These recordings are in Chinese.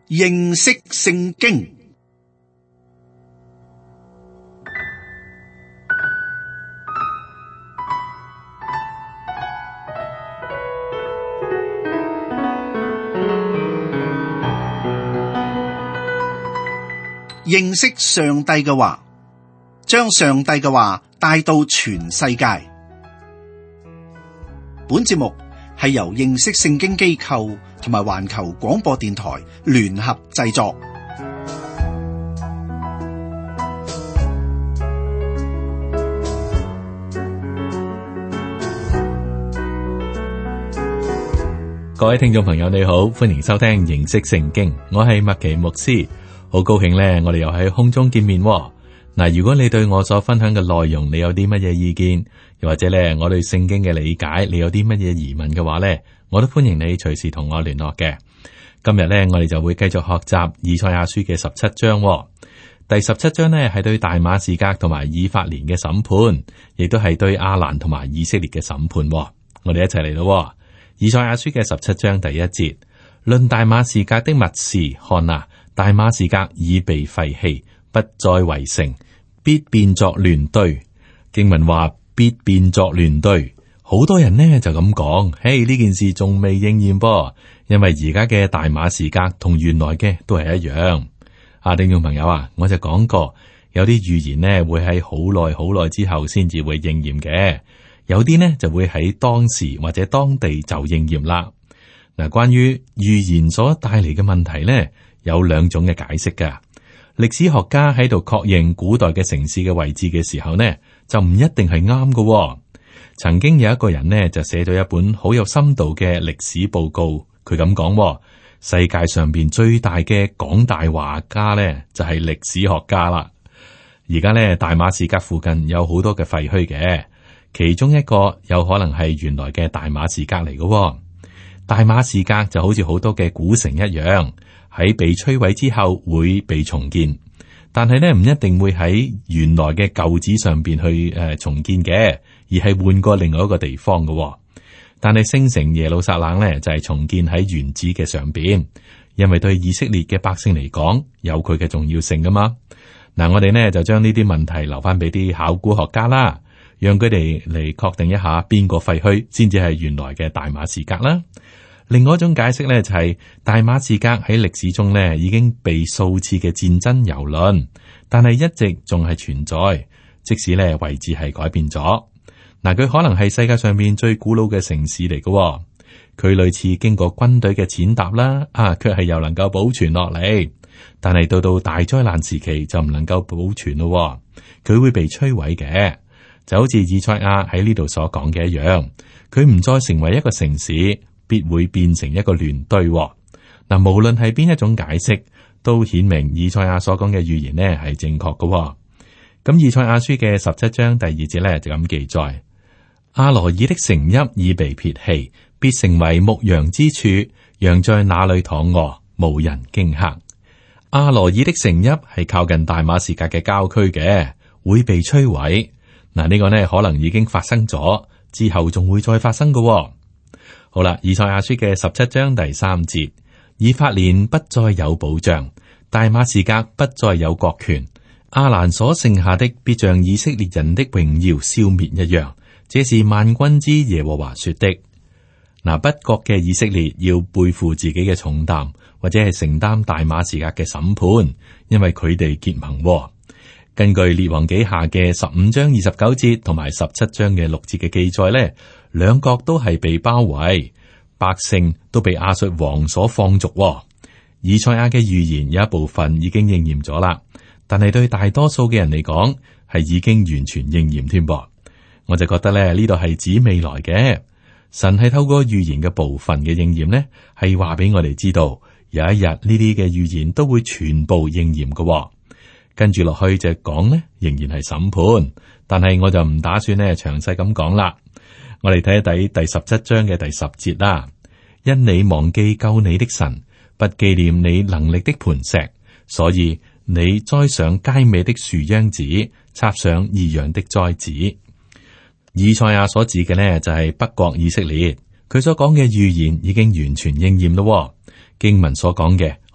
認識聖經。認識上帝嘅話，將上帝嘅話帶到全世界。本節目係由認識聖經機構同埋環球廣播電台聯合製作。 各位聽眾朋友你好，歡迎收聽認識聖經，我係麥奇牧師。好高興咧，我哋又喺空中見面喎。嗱，如果你對我所分享嘅內容，你有啲乜嘢意見，又或者咧，我對聖經嘅理解，你有啲乜嘢疑問嘅話咧，我都歡迎你隨時同我聯絡嘅。今日咧，我哋就會繼續學習以賽亞書嘅17章喎。第17章呢係對大馬士革同埋以法蓮嘅審判，亦都係對亞蘭同埋以色列嘅審判喎。我哋一齊嚟咯。以賽亞書嘅17章第1節，論大馬士革的密事，看啊，大馬士革已被廢棄，不再為城，必變作亂堆。經文話必變作亂堆，好多人呢就咁講，嘿，呢件事仲未應驗噃，因為而家嘅大馬士革同原來嘅都係一樣。聽眾朋友啊，我就講過，有啲預言呢會喺好耐之後先至會應驗嘅，有啲呢就會喺當時或者當地就應驗啦。嗱，關於預言所帶嚟嘅問題呢，有兩種嘅解釋噶。歷史學家喺度確認古代嘅城市嘅位置嘅時候呢，就唔一定係啱噶。曾經有一個人呢，就寫咗一本好有深度嘅歷史報告，佢咁講：世界上邊最大嘅講大話家呢，就係歷史學家啦。而家呢，大馬士革附近有好多嘅廢墟嘅，其中一個有可能係原來嘅大馬士革嚟噶。大馬士革就好似好多嘅古城一樣，喺被摧毀之後會被重建，但係呢唔一定會喺原來嘅舊址上邊去重建嘅，而係換過另外一個地方嘅。但係聖城耶路撒冷呢就係重建喺原址嘅上邊，因為對以色列嘅百姓嚟講有佢嘅重要性噶嘛。嗱，我哋呢就將呢啲問題留翻俾啲考古學家啦，讓佢哋嚟確定一下邊個廢墟先至係原來嘅大馬士革啦。另外一種解釋呢，就係大馬士革喺歷史中呢已經被數次嘅戰爭蹂躪，但係一直仲係存在，即使呢位置係改變咗。嗱，佢可能係世界上面最古老嘅城市嚟嘅，佢類似經過軍隊嘅踐踏啦，卻係又能夠保存落嚟。但係到大災難時期就唔能夠保存咯，佢會被摧毀嘅，就好似以賽亞喺呢度所講嘅一樣，佢唔再成為一個城市，必會變成一個亂堆。嗱，無論係邊一種解釋，都顯明以賽亞所講嘅預言呢係正確嘅。咁以賽亞書嘅17章第2節呢就咁記載：阿羅爾的城邑已被撇棄，必成為牧羊之處，羊在那裏躺臥，無人驚嚇。阿羅爾的城邑係靠近大馬士革嘅郊區嘅，會被摧毀。嗱，呢個呢可能已經發生咗，之後仲會再發生嘅。好啦，以賽亞書嘅17章第3節，以法蓮不再有保障，大馬士革不再有國權，亞蘭所剩下的必像以色列人的榮耀消滅一樣，這是萬軍之耶和華說的。嗱，北國嘅以色列要背負自己嘅重擔，或者係承擔大馬士革嘅審判，因為佢哋結盟。根據列王紀下嘅15章29節同埋17章嘅6節嘅記載呢，兩國都係被包圍，百姓都被亞述王所放逐。以賽亞嘅預言有一部分已經應驗咗啦，但係對大多數嘅人嚟講係已經完全應驗添噃。我就覺得咧，呢度係指未來嘅，神係透過預言嘅部分嘅應驗呢，係話俾我哋知道有一日呢啲嘅預言都會全部應驗嘅。跟住落去就講呢，仍然係審判，但係我就唔打算呢詳細咁講啦。我哋睇一睇第17章嘅第10節啦。因你忘記救你的神，不紀念你能力的磐石，所以你栽上佳美的樹秧子，插上異樣的栽子。以賽亞所指嘅呢，就係北國以色列，佢所講嘅預言已經完全應驗咯。經文所講嘅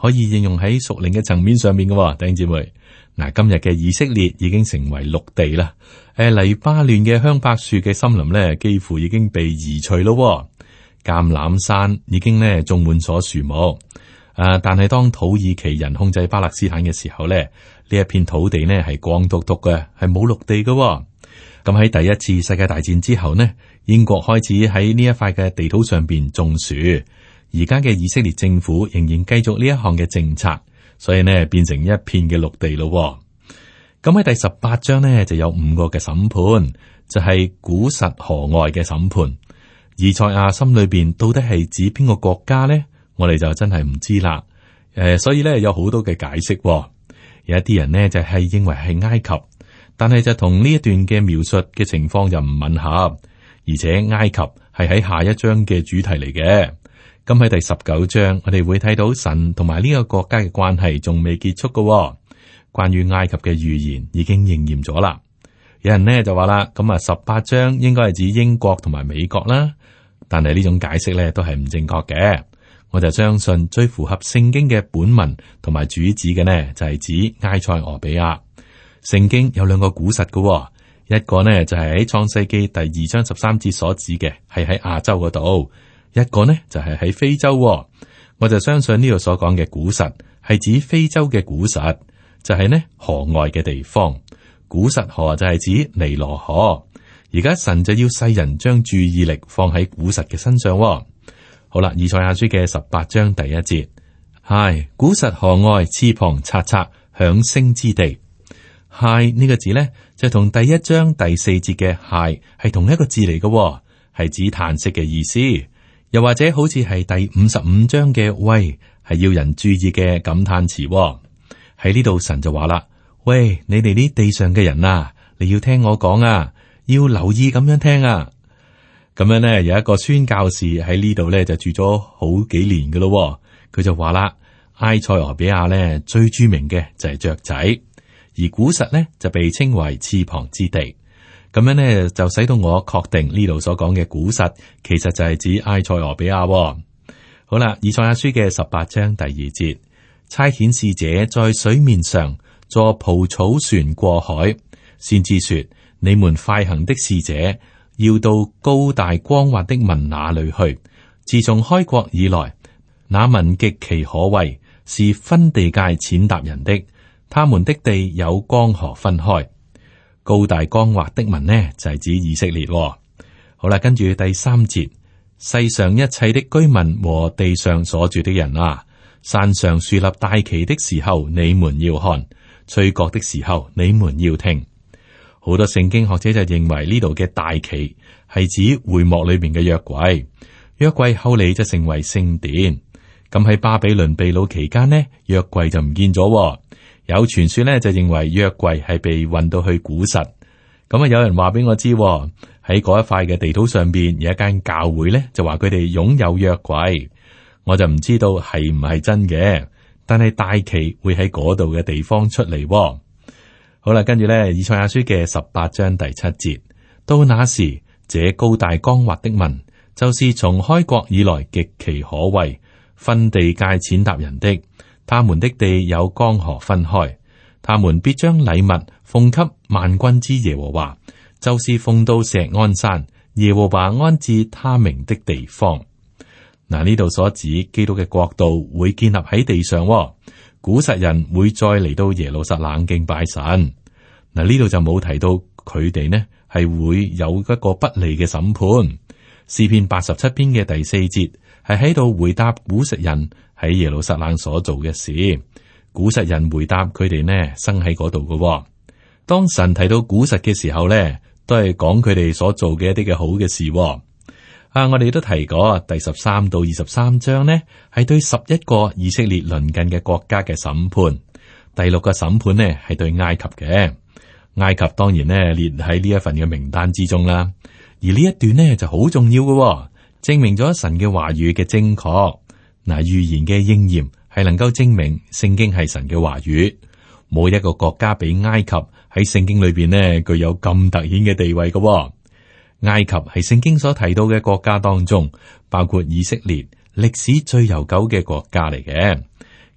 可以應用喺屬靈嘅層面上面嘅。弟兄姊妹，嗱，今日嘅以色列已經成為綠地啦。黎巴嫩嘅香柏樹嘅森林咧，幾乎已經被移除咯。橄欖山已經咧種滿咗樹木。但係當土耳其人控制巴勒斯坦嘅時候咧，呢一片土地呢係光禿禿嘅，係冇綠地嘅。咁喺第一次世界大戰之後呢，英國開始喺呢一塊嘅地土上邊種樹。而家嘅以色列政府仍然繼續呢一項嘅政策，所以呢變成一片嘅綠地咯。咁喺第18章呢就有5個嘅審判，就係古實河外嘅審判。以賽亞心裏邊到底係指邊個國家呢？我哋就真係唔知啦。所以呢有好多嘅解釋。有一啲人呢就係認為係埃及，但係就同呢一段嘅描述嘅情況就唔吻合，而且埃及係喺下一章嘅主題嚟嘅。咁喺第19章，我哋會睇到神同埋呢個國家嘅關係仲未結束嘅。關於埃及嘅預言已經應驗咗啦。有人呢就話啦，咁18章應該係指英國同埋美國啦，但係呢種解釋呢都係唔正確嘅。我就相信最符合聖經嘅本文同埋主旨嘅呢，就係指埃塞俄比亞。聖經有2個古實嘅，一個呢就係喺創世記第2章13節所指嘅，係喺亞洲嗰度；一個呢就係喺非洲。我就相信呢度所講嘅古實係指非洲嘅古實，就係呢河外嘅地方。古實河就係指尼羅河。而家神就要世人將注意力放喺古實嘅身上。好啦，以賽亞書嘅18章第1節，係古實河外翅膀刷刷響聲之地。係呢個字呢，就同第1章第4節嘅係同一個字嚟嘅，係指嘆息嘅意思。又或者好似係第55章嘅喂，係要人注意嘅感嘆詞。喺呢度神就話啦，喂，你哋啲地上嘅人啊，你要聽我講啊，要留意咁樣聽啊。咁樣呢，有一個宣教士喺呢度呢，就住咗好幾年噶咯。佢就話啦，埃塞俄比亞呢，最著名嘅就係雀仔，而古實呢，就被稱為翅膀之地。咁樣呢，就使到我確定呢度所講嘅古實其實就係指埃塞俄比亞。好啦，以賽亞書嘅18章第2節，差遣使者在水面上坐蒲草船過海，先知說：你們快行的使者，要到高大光滑的民那裏去。自從開國以來，那民極其可畏，是分地界踐踏人的。他們的地有江河分開。高大光滑的民呢，就係指以色列。好啦，跟住第3節，世上一切的居民和地上所住的人啊，山上豎立大旗的時候，你們要看；吹角的時候，你們要聽。好多聖經學者就認為呢度嘅大旗係指會幕裏面嘅約櫃，約櫃後嚟就成為聖殿。咁喺巴比倫被擄期間呢，約櫃就唔見咗。有傳說呢就認為約櫃係被運到去古實。咁有人話俾我知喺嗰一塊嘅地圖上邊有一間教會呢，就話佢哋擁有約櫃。我就唔知道係唔係真嘅，但係大旗會喺嗰度嘅地方出嚟。好啦，跟住咧，以賽亞書嘅18章第7節，到那時，這高大光滑的民，就是從開國以來極其可畏，分地界踐踏人的。他們的地有江河分開，他們必將禮物奉給萬軍之耶和華，就是奉到錫安山，耶和華安置他名的地方。嗱，呢度所指基督嘅國度會建立喺地上。古實人會再嚟到耶路撒冷敬拜神。嗱，呢度就冇提到佢哋呢係會有一個不利嘅審判。詩篇87篇嘅第4節係喺度回答古實人喺耶路撒冷所做嘅事。古實人回答佢哋呢生喺嗰度嘅。當神提到古實嘅時候呢，都係講佢哋所做嘅一啲嘅好嘅事。我哋都提過第13到23章呢，係對11個以色列鄰近嘅國家嘅審判。第6個審判呢，係對埃及嘅。埃及當然呢列喺呢一份嘅名單之中啦。而呢一段呢就好重要嘅，證明咗神嘅話語嘅正確。嗱，預言嘅應驗係能夠證明聖經係神嘅話語。冇一個國家比埃及喺聖經裏邊呢具有咁突顯嘅地位嘅。埃及係聖經所提到嘅國家當中，包括以色列歷史最悠久嘅國家嚟嘅。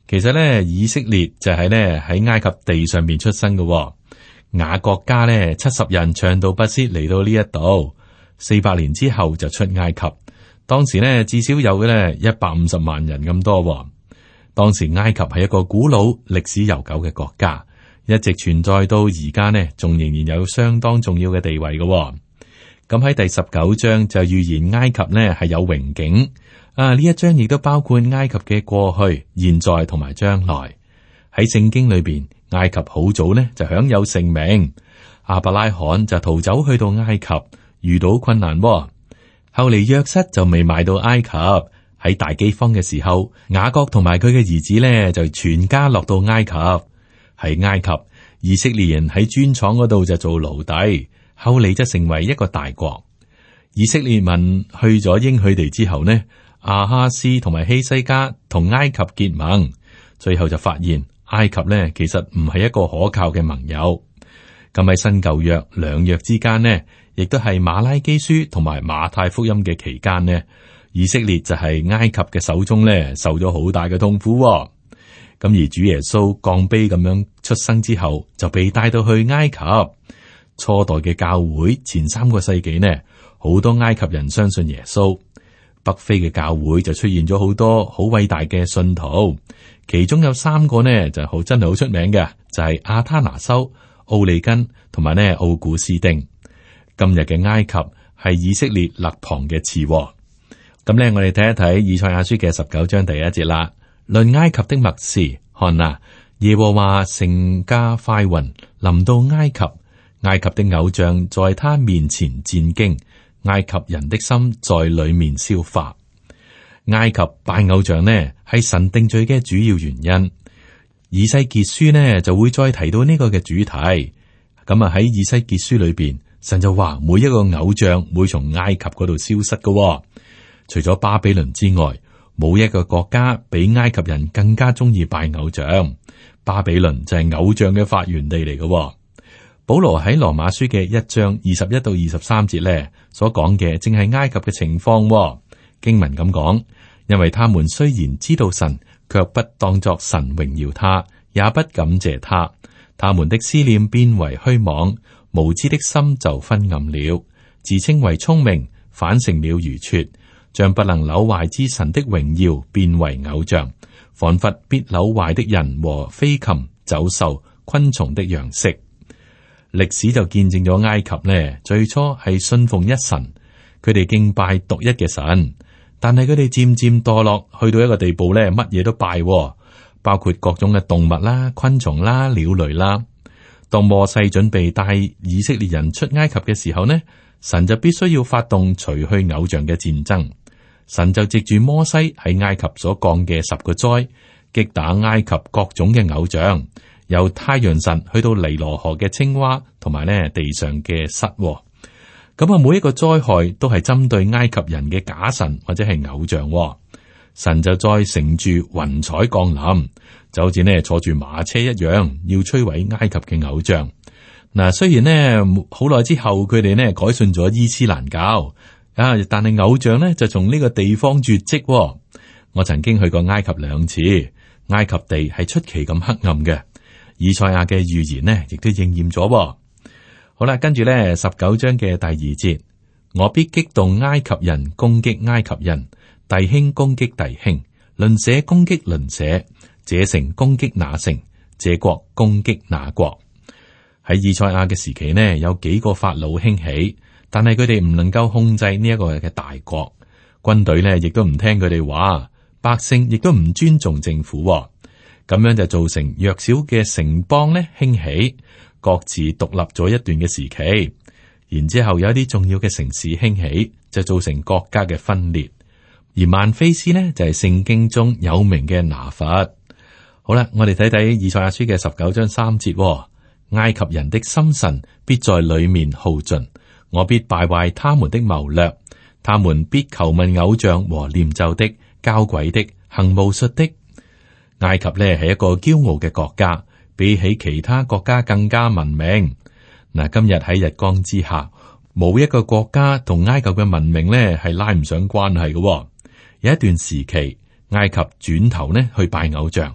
其實咧，以色列就係咧喺埃及地上邊出生嘅。雅各家咧70人長途跋涉嚟到呢一度，400年之後就出埃及。當時咧至少有咧150萬人咁多。當時埃及係一個古老、歷史悠久嘅國家，一直存在到而家呢，仲仍然有相當重要嘅地位嘅。咁喺第19章就預言埃及呢係有榮景。呢一章亦都包括埃及嘅過去、現在同埋將來。喺聖經裏邊，埃及好早呢就享有盛名。亞伯拉罕就逃走去到埃及，遇到困難。後嚟約瑟就未買到埃及。喺大饑荒嘅時候，雅各同埋佢嘅兒子呢就全家落到埃及。喺埃及，以色列人喺磚廠嗰度就做奴隸，後嚟就成為一個大國。以色列民去咗應許地之後呢，亞哈斯同埋希西家同埃及結盟，最後就發現埃及呢其實唔係一個可靠嘅盟友。咁喺新舊約兩約之間呢，亦都係馬拉基書同埋馬太福音嘅期間呢，以色列就係埃及嘅手中呢受咗好大嘅痛苦。咁而主耶穌降卑咁樣出生之後，就被帶到去埃及。初代嘅教會前3個世紀呢，好多埃及人相信耶穌。北非嘅教會就出現咗好多好偉大嘅信徒，其中有3個呢就真係好出名嘅，就係亞他拿修、奧利根同埋呢奧古斯丁。今日嘅埃及係以色列勒龐嘅次禍。咁呢，我哋睇一睇以賽亞書嘅19章第1節啦。論埃及的默示，看啊，耶和華乘駕快雲臨到埃及，埃及的偶像在他面前戰驚。埃及人的心在裏面消化。埃及拜偶像呢，係神定罪嘅主要原因。以西結書呢就會再提到呢個嘅主題。咁喺以西結書裏邊，神就話每一個偶像會從埃及嗰度消失嘅。除咗巴比倫之外，冇一個國家比埃及人更加中意拜偶像。巴比倫就係偶像嘅發源地嚟嘅。保羅喺羅馬書嘅1章21到23節咧所講嘅，正係埃及嘅情況。經文咁講，因為他們雖然知道神，卻不當作神榮耀他，也不感謝他。他們的思念變為虛妄，無知的心就昏暗了，自稱為聰明，反成了愚拙，將不能朽壞之神的榮耀變為偶像，仿佛必朽壞的人和飛禽、走獸、昆蟲的樣式。歷史就見證咗埃及呢，最初係信奉一神，佢哋敬拜獨一嘅神，但係佢哋漸漸墮落，去到一個地步呢，乜嘢都拜，包括各種嘅動物啦、昆蟲啦、鳥類啦。當摩西準備帶以色列人出埃及嘅時候呢，神就必須要發動除去偶像嘅戰爭。神就藉住摩西喺埃及所降嘅10個災，擊打埃及各種嘅偶像。由太陽神去到尼羅河嘅青蛙，同埋咧地上嘅虱。咁每一個災害都係針對埃及人嘅假神或者係偶像。神就再乘住雲彩降臨，就好似呢坐住馬車一樣，要摧毀埃及嘅偶像。嗱，雖然呢好耐之後佢哋呢改信咗伊斯蘭教，但係偶像呢就從呢個地方絕跡。我曾經去過埃及2次，埃及地係出奇咁黑暗嘅。以賽亞嘅預言呢，亦都應驗咗。好啦，跟住呢19章嘅第2節，我必激動埃及人攻擊埃及人，弟兄攻擊弟兄，鄰舍攻擊鄰舍，這城攻擊那城，這國攻擊那國。喺以賽亞嘅時期呢，有幾個法老興起，但係佢哋唔能夠控制呢一個嘅大國，軍隊呢亦都唔聽佢哋話，百姓亦都唔尊重政府。咁樣就造成弱小嘅城邦咧興起，各自獨立咗一段嘅時期。然之後有一啲重要嘅城市興起，就造成國家嘅分裂。而曼菲斯呢，就係聖經中有名嘅拿弗。好啦，我哋睇睇以賽亞書嘅19章3節。埃及人的心神必在裏面耗盡，我必敗壞他們的謀略，他們必求問偶像和念咒的、交鬼的、行巫術的。埃及呢係一個驕傲嘅國家，比起其他國家更加文明。嗱，今日喺日光之下，冇一個國家同埃及嘅文明呢係拉唔上關係嘅。有一段時期，埃及轉頭呢去拜偶像，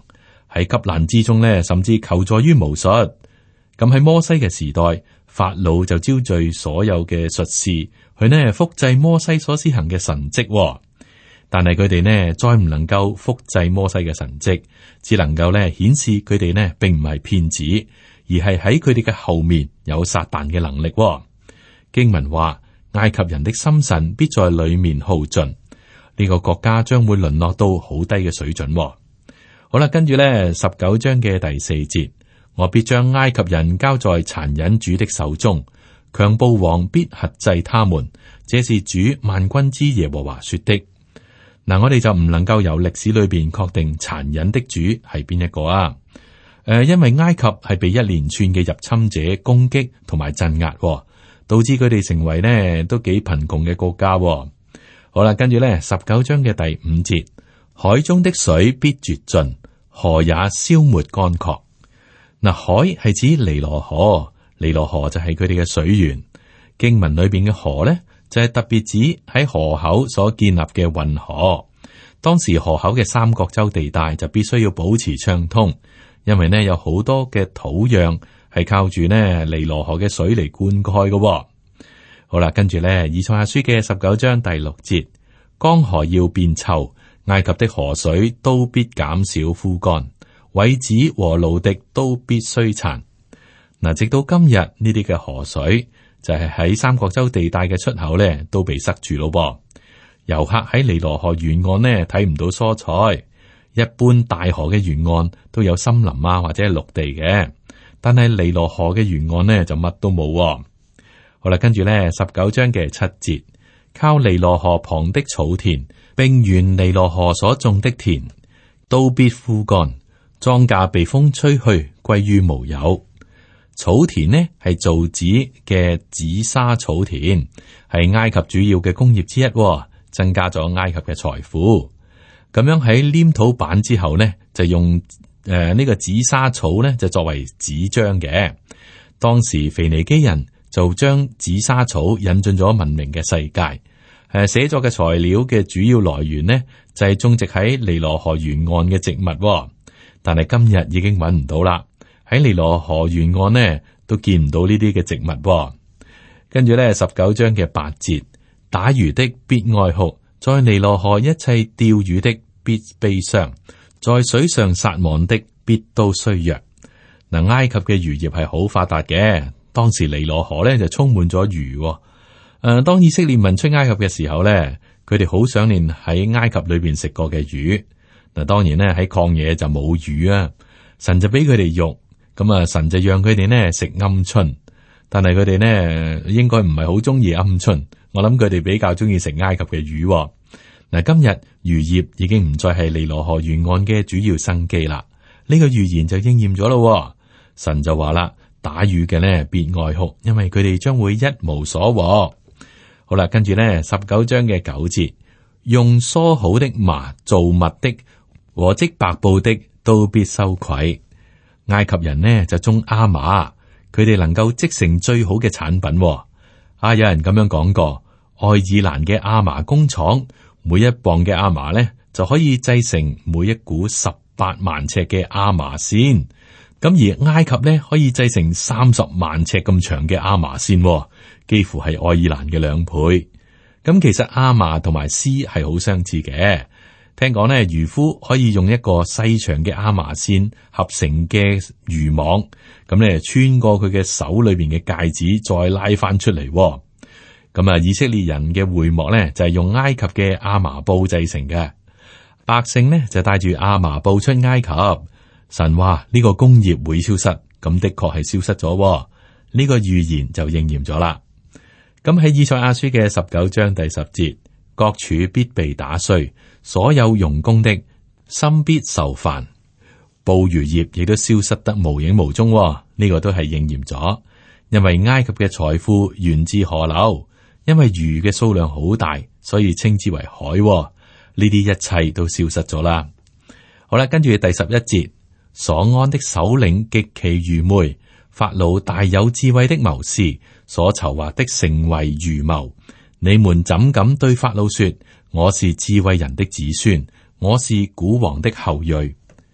喺急難之中呢，甚至求助於巫術。咁喺摩西嘅時代，法老就招聚所有嘅術士去呢複製摩西所施行嘅神蹟。但係佢哋呢再唔能夠複製摩西嘅神蹟，只能夠呢顯示佢哋呢並唔係騙子，而係喺佢哋嘅後面有撒旦嘅能力。經文話，埃及人的心神必在裏面耗盡，呢個國家將會淪落到好低嘅水準。好啦，跟住呢19章嘅第4節。我必將埃及人交在殘忍主的手中，強暴王必轄制他們。這是主萬軍之耶和華說的。嗱，我哋就唔能夠由歷史裏邊確定殘忍的主係邊一個啊？因為埃及係被一連串嘅入侵者攻擊同埋鎮壓，導致佢哋成為呢都幾貧窮嘅國家。好啦，跟住呢19章嘅第5節，海中的水必絕盡，河也消沒乾涸。嗱，海係指尼羅河，尼羅河就係佢哋嘅水源。經文裏邊嘅河呢，就係特別指喺河口所建立嘅運河。當時河口嘅三角洲地帶就必須要保持暢通，因為呢有好多嘅土壤係靠住呢尼羅河嘅水嚟灌溉嘅。好啦，跟住呢以賽亞書嘅19章第6節，江河要變臭，埃及的河水都必減少枯乾。葦子和蘆荻都必衰殘。嗱，直到今日呢啲嘅河水就係喺三角洲地帶嘅出口咧，都被塞住咯噃。遊客喺尼羅河沿岸呢睇唔到蔬菜，一般大河嘅沿岸都有森林啊或者係陸地嘅，但係尼羅河嘅沿岸呢就乜都冇。好啦，跟住咧19章嘅7節，靠尼羅河旁的草田，並沿尼羅河所種的田，都必枯乾。莊稼被風吹去，歸於無有。草田呢係造紙嘅紫砂草田，係埃及主要嘅工業之一，增加咗埃及嘅財富。咁樣喺黏土板之後呢，就用呢個紫砂草呢就作為紙張嘅。當時腓尼基人就將紫砂草引進咗文明嘅世界。寫作嘅材料嘅主要來源呢，就係種植喺尼羅河沿岸嘅植物。但係今日已經揾唔到啦，喺尼羅河沿岸呢都見唔到呢啲嘅植物。跟住咧19章嘅8節，打魚的必哀哭，在尼羅河一切釣魚的必悲傷，在水上撒網的必都衰弱。嗱，埃及嘅漁業係好發達嘅，當時尼羅河咧就充滿咗魚。當以色列民出埃及嘅時候咧，佢哋好想念喺埃及裏邊食過嘅魚。嗱，當然咧喺曠野就冇魚啊，神就俾佢哋肉，咁啊神就讓佢哋呢食鵪鶉，但係佢哋呢應該唔係好中意鵪鶉，我諗佢哋比較中意食埃及嘅魚。嗱，今日漁業已經唔再係尼羅河沿岸嘅主要生機啦，呢個預言就應驗咗咯。神就話啦，打魚嘅呢必哀哭，因為佢哋將會一無所獲。好啦，跟住呢19章嘅9節，用梳好的麻做物的和織白布的都必羞愧。埃及人呢就種亞麻，佢哋能夠織成最好嘅產品。有人咁樣講過，愛爾蘭嘅亞麻工廠每一磅嘅亞麻呢就可以製成每一股18萬尺嘅亞麻線。咁而埃及呢可以製成30萬尺咁長嘅亞麻線，幾乎係愛爾蘭嘅2倍。咁其實亞麻同埋絲係好相似嘅。聽講呢，漁夫可以用一個細長嘅亞麻線合成嘅漁網，咁咧穿過佢嘅手裏邊嘅戒指，再拉翻出嚟。咁啊，以色列人嘅會幕呢，就係用埃及嘅亞麻布製成嘅。百姓呢，就帶住亞麻布出埃及。神話呢個工業會消失，咁的確係消失咗。呢個預言就應驗咗啦。咁喺以賽亞書嘅19章第10節，各處必被打碎，所有用工的心必受煩，捕魚業亦都消失得無影無蹤。呢個都係應驗咗，因為埃及嘅財富源自河流，因為魚嘅數量好大，所以稱之為海。呢啲一切都消失咗啦。好啦，跟住第11節，所安的首領極其愚昧，法老大有智慧的謀士，所籌劃的成為愚謀。你們怎敢對法老說，我是智慧人的子孫，我是古王的後裔？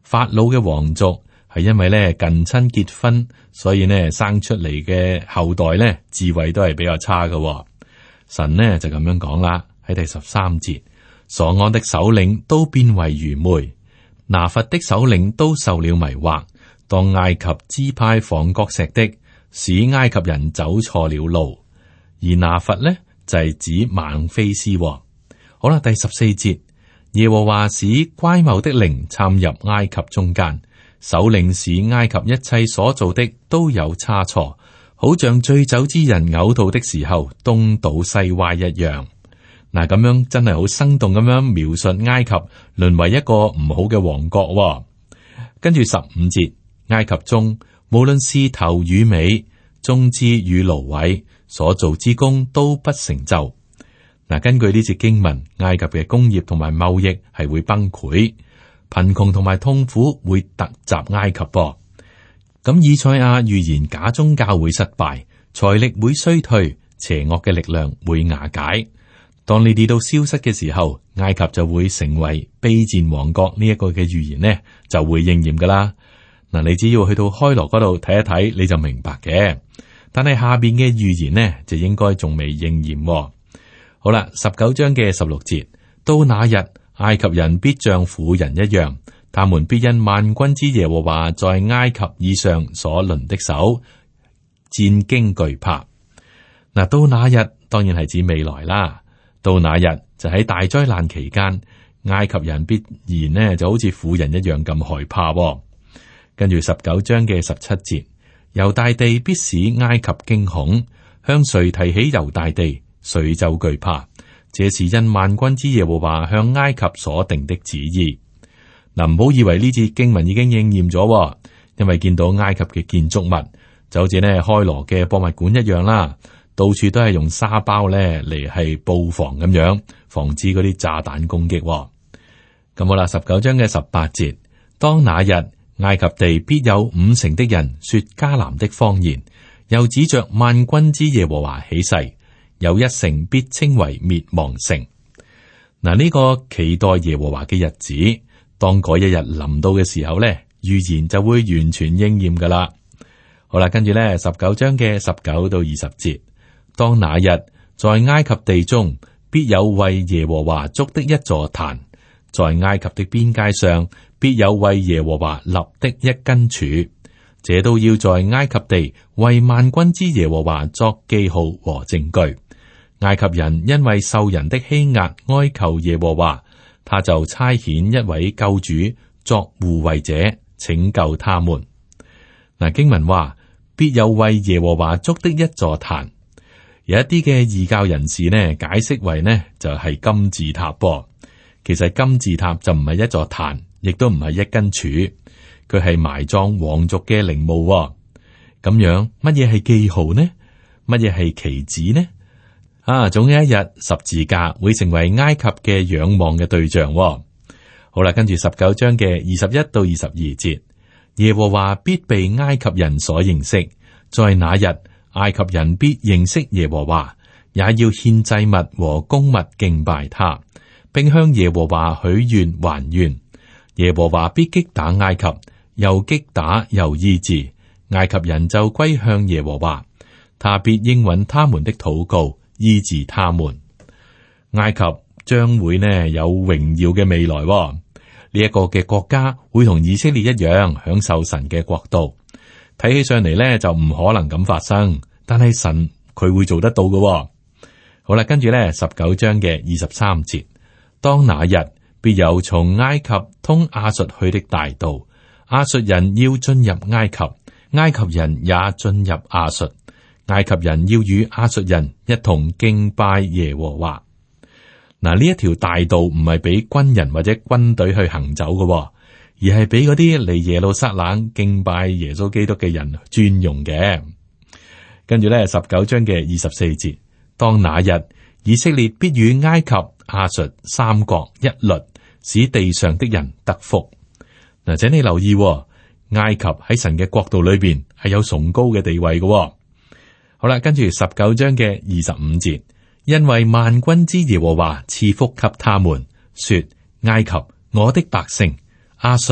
法老嘅皇族係因為咧近親結婚，所以呢生出嚟嘅後代呢智慧都係比較差嘅。神呢就咁樣講啦，喺第13節，瑣安的首領都變為愚昧，拿弗的首領都受了迷惑，當埃及支派房角石的，使埃及人走錯了路。而拿弗呢就係指孟菲斯。好啦，第14節，耶和華使乖謬的靈參入埃及中間，首領使埃及一切所做的都有差錯，好像醉酒之人嘔吐的時候東倒西歪一樣。嗱，咁樣真係好生動咁樣描述埃及淪為一個唔好嘅王國。跟住15節，埃及中無論是頭與尾，中枝與蘆葦，所做之功都不成就。嗱，根據呢節經文，埃及嘅工業同埋貿易係會崩潰，貧窮同埋痛苦會突襲埃及噃。咁以賽亞預言假宗教會失敗，財力會衰退，邪惡嘅力量會瓦解。當呢啲都消失嘅時候，埃及就會成為卑賤王國。呢一個嘅預言呢就會應驗噶啦。嗱，你只要去到開羅嗰度睇一睇，你就明白嘅。但係下邊嘅預言呢就應該仲未應驗。好啦，19章嘅16節，到那日，埃及人必像婦人一樣，他們必因萬軍之耶和華在埃及以上所掄的手戰驚懼怕。嗱，到那日當然係指未來啦。到那日就喺大災難期間，埃及人必然呢就好似婦人一樣咁害怕。跟住19章嘅17節，猶大地必使埃及驚恐，向誰提起猶大地，誰就懼怕。這是因萬軍之耶和華向埃及所定的旨意。嗱，唔好以為呢節經文已經應驗咗，因為見到埃及嘅建築物就好似呢開羅嘅博物館一樣啦。到處都係用沙包咧嚟係布防咁樣，防止嗰啲炸彈攻擊。咁好啦，19章嘅18節，當那日，埃及地必有50%的人說迦南的方言，又指着萬軍之耶和華起誓，有1城必稱為滅亡城。嗱，呢個期待耶和華嘅日子，當嗰一日臨到嘅時候咧，預言就會完全應驗噶啦。好啦，跟住咧19章嘅19到20節。當那日，在埃及地中必有為耶和華築的一座壇，在埃及的邊界上必有為耶和華立的一根柱，這都要在埃及地為萬軍之耶和華作記號和證據。埃及人因為受人的欺壓哀求耶和華，他就差遣一位救主作護衛者拯救他們。嗱，經文話必有為耶和華築的一座壇。有一啲嘅異教人士呢，解釋為呢就係金字塔噃。其實金字塔就唔係一座壇，亦都唔係一根柱，佢係埋葬皇族嘅陵墓。咁樣乜嘢係記號呢？乜嘢係旗幟呢？總有一日十字架會成為埃及嘅仰望嘅對象。好啦，跟住19章嘅21到22節，耶和華必被埃及人所認識，在那日。埃及人必認識耶和華，也要獻祭物和供物敬拜他，並向耶和華許願還願。耶和華必擊打埃及，又擊打又醫治，埃及人就歸向耶和華，他必應允他們的禱告，醫治他們。埃及將會呢有榮耀嘅未來。呢一個嘅國家會同以色列一樣享受神嘅國度。睇起上嚟咧就唔可能咁發生，但係神佢會做得到嘅。好啦，跟住咧19章嘅23節，當那日必有從埃及通亞述去的大道，亞述人要進入埃及，埃及人也進入亞述，埃及人要與亞述人一同敬拜耶和華。嗱，呢一條大道唔係俾軍人或者軍隊去行走嘅。而係俾嗰啲嚟耶路撒冷敬拜耶穌基督嘅人專用嘅。跟住咧19章嘅24節，當那日，以色列必與埃及、亞述三國一律，使地上的人得福。嗱，請你留意，埃及喺神嘅國度裏邊係有崇高嘅地位嘅。好啦，跟住19章嘅25節，因為萬軍之耶和華賜福給他們，說：埃及，我的百姓。亞述，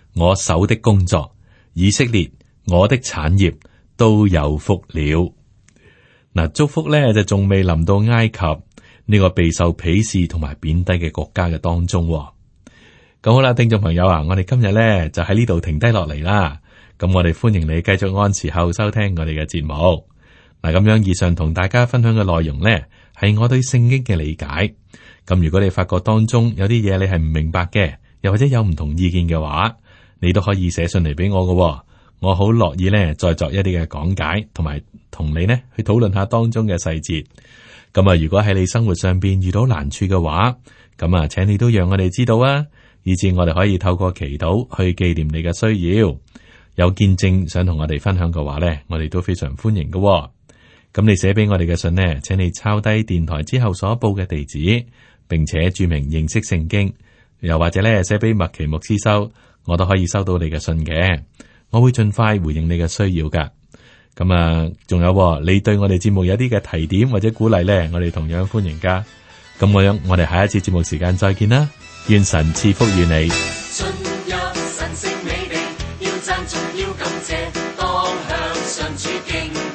我手的工作，以色列，我的產業都有福了。嗱，祝福咧就仲未臨到埃及呢個備受鄙視同埋貶低嘅國家嘅當中。咁好啦，聽眾朋友啊，我哋今日咧就喺呢度停低落嚟啦。咁我哋歡迎你繼續按時候收聽我哋嘅節目。嗱，咁樣以上同大家分享嘅內容呢，係我對聖經嘅理解。咁如果你發覺當中有啲嘢你係唔明白嘅，又或者有唔同意見嘅話，你都可以寫信嚟俾我嘅。我好樂意呢再作一啲嘅講解，同埋同你呢去討論下當中嘅細節。咁啊，如果喺你生活上邊遇到難處嘅話，咁啊，請你都讓我哋知道啊，以至我哋可以透過祈禱去紀念你嘅需要。有見證想同我哋分享嘅話呢，我哋都非常歡迎嘅。咁你寫俾我哋嘅信呢，請你抄低電台之後所報嘅地址，並且注明認識聖經，又或者咧寫俾麥奇牧師收，我都可以收到你嘅信嘅。我會盡快回應你嘅需要噶。咁啊，仲有你對我哋節目有啲嘅提點或者鼓勵呢，我哋同樣歡迎噶。咁我哋下一次節目時間再見啦，願神賜福與你。 進入神聖美地，要讚頌要感謝，當向上主敬。